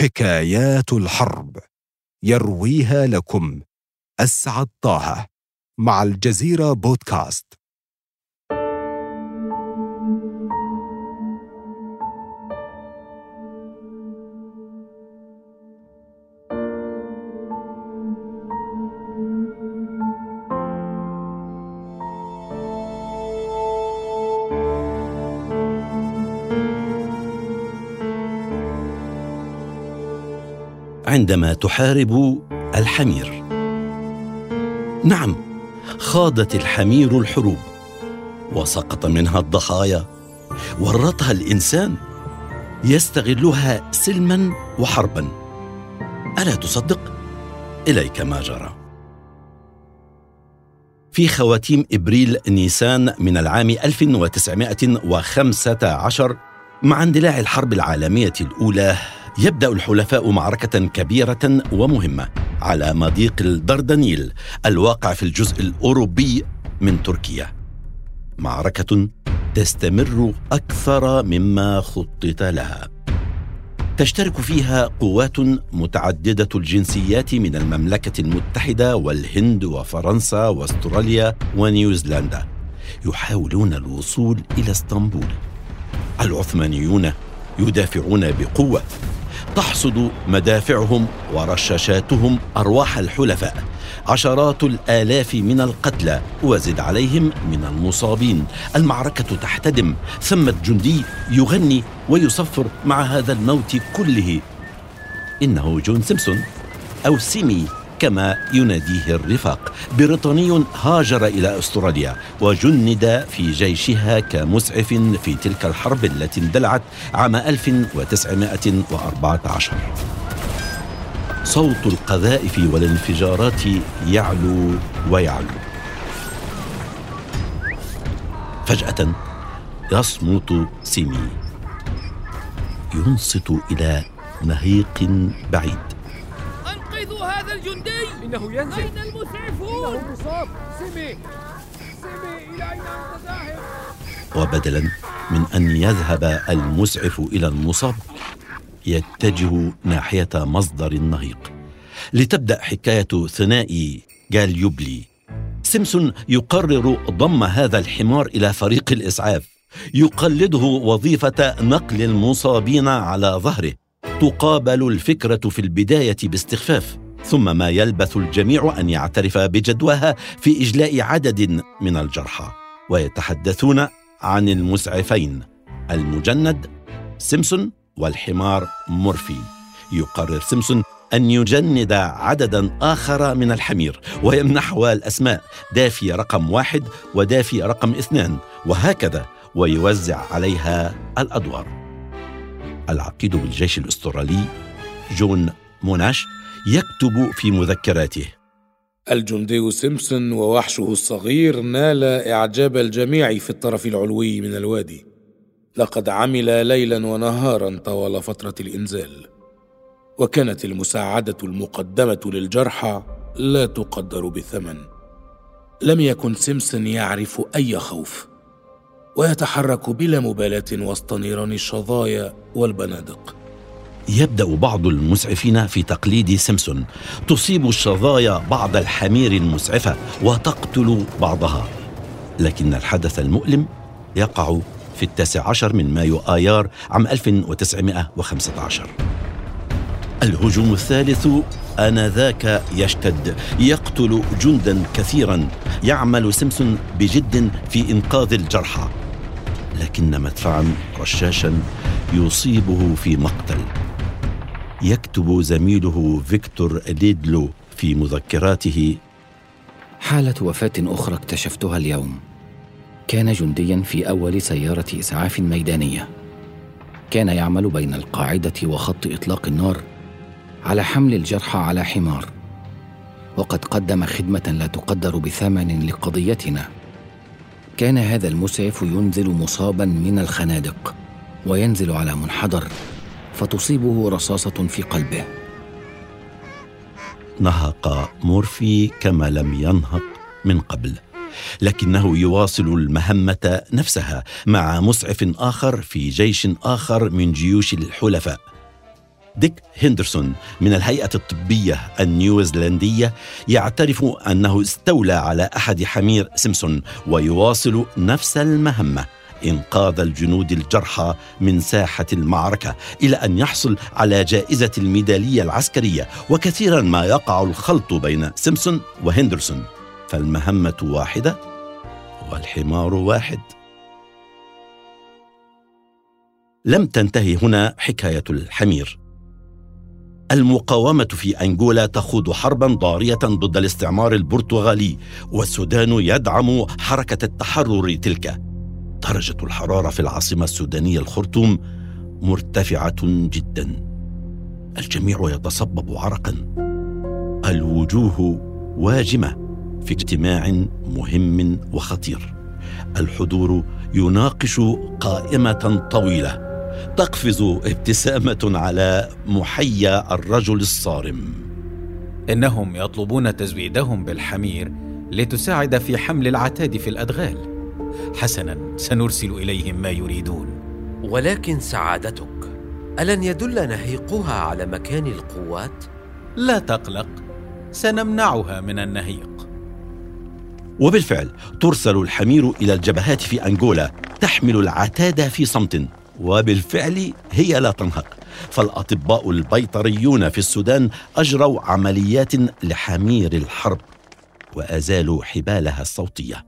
حكايات الحرب، يرويها لكم أسعد طه مع الجزيرة بودكاست. عندما تحارب الحمير. نعم، خاضت الحمير الحروب وسقط منها الضحايا، ورطها الإنسان يستغلها سلما وحربا. ألا تصدق؟ إليك ما جرى. في خواتيم إبريل نيسان من العام 1915، مع اندلاع الحرب العالمية الأولى، يبدأ الحلفاء معركة كبيرة ومهمة على مضيق الدردنيل الواقع في الجزء الأوروبي من تركيا. معركة تستمر أكثر مما خطط لها. تشترك فيها قوات متعددة الجنسيات من المملكة المتحدة والهند وفرنسا واستراليا ونيوزيلندا، يحاولون الوصول إلى اسطنبول. العثمانيون يدافعون بقوة، تحصد مدافعهم ورشاشاتهم أرواح الحلفاء، عشرات الآلاف من القتلى وزد عليهم من المصابين. المعركة تحتدم، ثمة جندي يغني ويصفر مع هذا الموت كله. إنه جون سيمسون، أو سيمي كما يناديه الرفاق، بريطاني هاجر إلى أستراليا وجند في جيشها كمسعف في تلك الحرب التي اندلعت عام 1914. صوت القذائف والانفجارات يعلو ويعلو. فجأة يصمت سيمي، ينصت إلى نهيق بعيد. انقذوا هذا الجندي، إنه ينزل. أين المسعفون؟ إنه مصاب. سيمي، إلى أين أنت ذاهب؟ وبدلا من أن يذهب المسعف إلى المصاب، يتجه ناحية مصدر النهيق لتبدأ حكاية ثنائي جاليوبلي. سيمسون يقرر ضم هذا الحمار إلى فريق الإسعاف، يقلده وظيفة نقل المصابين على ظهره. تقابل الفكرة في البداية باستخفاف، ثم ما يلبث الجميع أن يعترف بجدواها في إجلاء عدد من الجرحى، ويتحدثون عن المسعفين، المجند سيمسون والحمار مورفي. يقرر سيمسون أن يجند عددا آخر من الحمير ويمنحها الأسماء دافي رقم 1 ودافي رقم 2، وهكذا، ويوزع عليها الأدوار. العقيد بالجيش الأسترالي جون موناش يكتب في مذكراته: الجندي سيمسون ووحشه الصغير نال إعجاب الجميع في الطرف العلوي من الوادي. لقد عمل ليلا ونهارا طوال فترة الإنزال، وكانت المساعدة المقدمة للجرحى لا تقدر بثمن. لم يكن سيمسون يعرف أي خوف، ويتحرك بلا مبالاة وسط نيران الشظايا والبنادق. يبدأ بعض المسعفين في تقليد سيمسون، تصيب الشظايا بعض الحمير المسعفة وتقتل بعضها. لكن الحدث المؤلم يقع في 19 من مايو آيار عام 1915. الهجوم الثالث آنذاك يشتد، يقتل جندا كثيرا. يعمل سيمسون بجد في إنقاذ الجرحى، لكن مدفعا رشاشا يصيبه في مقتل. يكتب زميله فيكتور ليدلو في مذكراته: حالة وفاة أخرى اكتشفتها اليوم. كان جنديا في أول سيارة إسعاف ميدانية، كان يعمل بين القاعدة وخط إطلاق النار على حمل الجرحى على حمار، وقد قدم خدمة لا تقدر بثمن لقضيتنا. كان هذا المسعف ينزل مصابا من الخنادق وينزل على منحدر فتصيبه رصاصة في قلبه. نهق مورفي كما لم ينهق من قبل، لكنه يواصل المهمة نفسها مع مسعف آخر في جيش آخر من جيوش الحلفاء. ديك هندرسون من الهيئة الطبية النيوزيلندية يعترف أنه استولى على أحد حمير سيمسون ويواصل نفس المهمة، إنقاذ الجنود الجرحى من ساحة المعركة إلى أن يحصل على جائزة الميدالية العسكرية. وكثيرا ما يقع الخلط بين سيمسون وهندرسون، فالمهمة واحدة والحمار واحد. لم تنتهي هنا حكاية الحمير. المقاومة في أنغولا تخوض حربا ضارية ضد الاستعمار البرتغالي، والسودان يدعم حركة التحرر تلك. درجة الحرارة في العاصمة السودانية الخرطوم مرتفعة جدا، الجميع يتصبب عرقا، الوجوه واجمة في اجتماع مهم وخطير. الحضور يناقش قائمة طويلة، تقفز ابتسامة على محيا الرجل الصارم. إنهم يطلبون تزويدهم بالحمير لتساعد في حمل العتاد في الأدغال. حسناً، سنرسل إليهم ما يريدون. ولكن سعادتك، ألن يدل نهيقها على مكان القوات؟ لا تقلق، سنمنعها من النهيق. وبالفعل ترسل الحمير إلى الجبهات في أنغولا تحمل العتاد في صمت، وبالفعل هي لا تنهق، فالأطباء البيطريون في السودان أجروا عمليات لحمير الحرب وأزالوا حبالها الصوتية.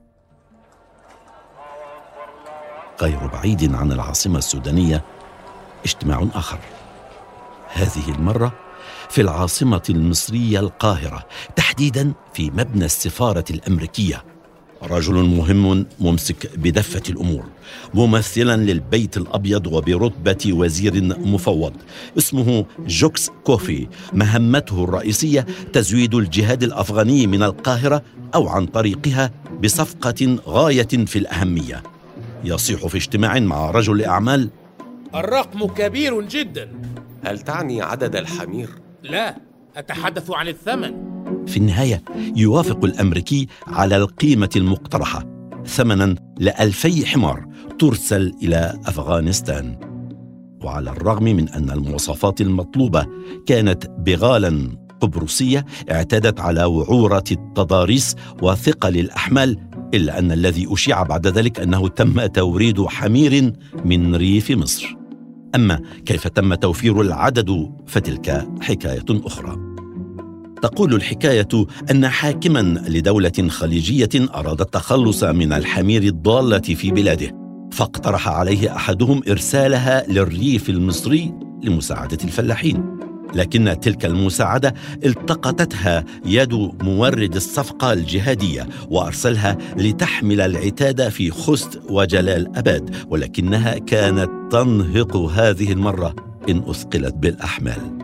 غير بعيد عن العاصمة السودانية اجتماع آخر، هذه المرة في العاصمة المصرية القاهرة، تحديدا في مبنى السفارة الأمريكية. رجل مهم ممسك بدفة الأمور، ممثلا للبيت الأبيض وبرتبة وزير مفوض، اسمه جوكس كوفي. مهمته الرئيسية تزويد الجهاد الأفغاني من القاهرة أو عن طريقها بصفقة غاية في الأهمية. يصيح في اجتماع مع رجل أعمال: الرقم كبير جدا. هل تعني عدد الحمير؟ لا، أتحدث عن الثمن. في النهاية يوافق الأمريكي على القيمة المقترحة، ثمنا ل2000 حمار ترسل إلى أفغانستان. وعلى الرغم من أن المواصفات المطلوبة كانت بغالا قبرصية اعتادت على وعورة التضاريس وثقل الأحمال، إلا أن الذي أشيع بعد ذلك أنه تم توريد حمير من ريف مصر. أما كيف تم توفير العدد فتلك حكاية أخرى. تقول الحكاية أن حاكما لدولة خليجية أراد التخلص من الحمير الضالة في بلاده، فاقترح عليه أحدهم إرسالها للريف المصري لمساعدة الفلاحين، لكن تلك المساعدة التقطتها يد مورد الصفقة الجهادية وأرسلها لتحمل العتاد في خست وجلال أباد، ولكنها كانت تنهق هذه المرة إن أثقلت بالأحمال.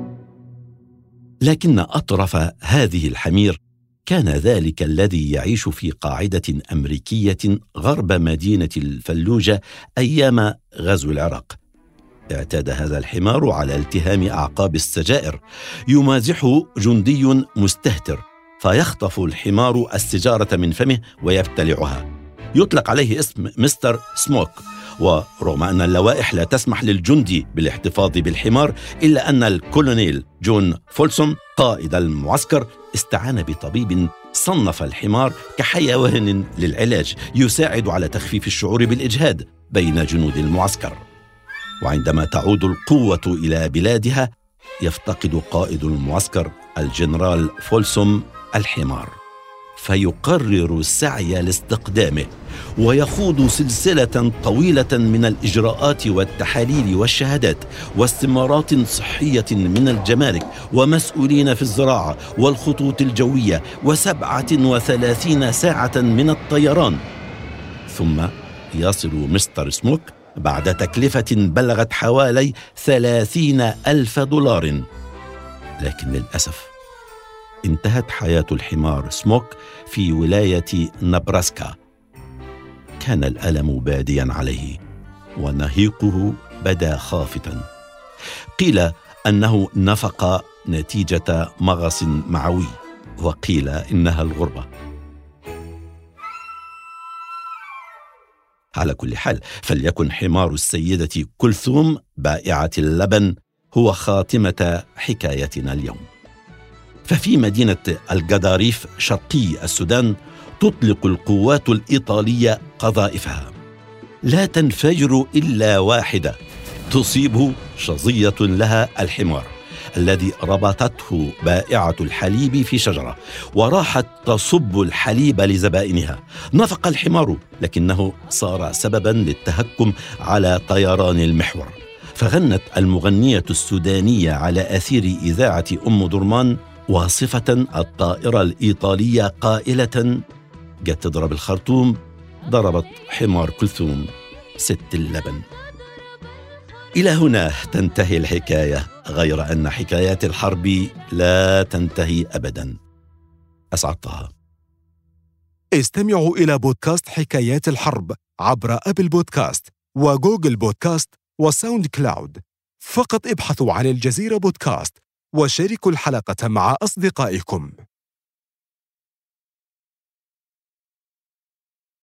لكن أطرف هذه الحمير كان ذلك الذي يعيش في قاعدة أمريكية غرب مدينة الفلوجة أيام غزو العراق. اعتاد هذا الحمار على التهام أعقاب السجائر، يمازحه جندي مستهتر فيخطف الحمار السجارة من فمه ويبتلعها. يطلق عليه اسم مستر سموك، ورغم أن اللوائح لا تسمح للجندي بالاحتفاظ بالحمار، إلا أن الكولونيل جون فولسوم قائد المعسكر استعان بطبيب صنف الحمار كحيوان للعلاج يساعد على تخفيف الشعور بالإجهاد بين جنود المعسكر. وعندما تعود القوة إلى بلادها يفتقد قائد المعسكر الجنرال فولسوم الحمار، فيقرر السعي لاستقدامه ويخوض سلسلة طويلة من الإجراءات والتحاليل والشهادات واستمارات صحية من الجمارك ومسؤولين في الزراعة والخطوط الجوية و37 ساعة من الطيران. ثم يصل مستر سموك بعد تكلفة بلغت حوالي 30,000 دولار. لكن للأسف انتهت حياة الحمار سموك في ولاية نبراسكا. كان الألم باديا عليه ونهيقه بدا خافتا. قيل أنه نفق نتيجة مغص معوي، وقيل إنها الغربة. على كل حال، فليكن حمار السيدة كلثوم بائعة اللبن هو خاتمة حكايتنا اليوم. ففي مدينة الجداريف شرقي السودان تطلق القوات الإيطالية قذائفها، لا تنفجر إلا واحدة تصيب شظية لها الحمار الذي ربطته بائعة الحليب في شجرة، وراحت تصب الحليب لزبائنها. نفق الحمار لكنه صار سببا للتهكم على طيران المحور، فغنت المغنية السودانية على أثير إذاعة أم درمان واصفة الطائرة الإيطالية قائلة: جت تضرب الخرطوم ضربت حمار كلثوم ست اللبن. إلى هنا تنتهي الحكاية، غير أن حكايات الحرب لا تنتهي أبدا. أسعد طه. استمعوا إلى بودكاست حكايات الحرب عبر أبل بودكاست وجوجل بودكاست وساوند كلاود. فقط ابحثوا عن الجزيرة بودكاست وشاركوا الحلقة مع أصدقائكم.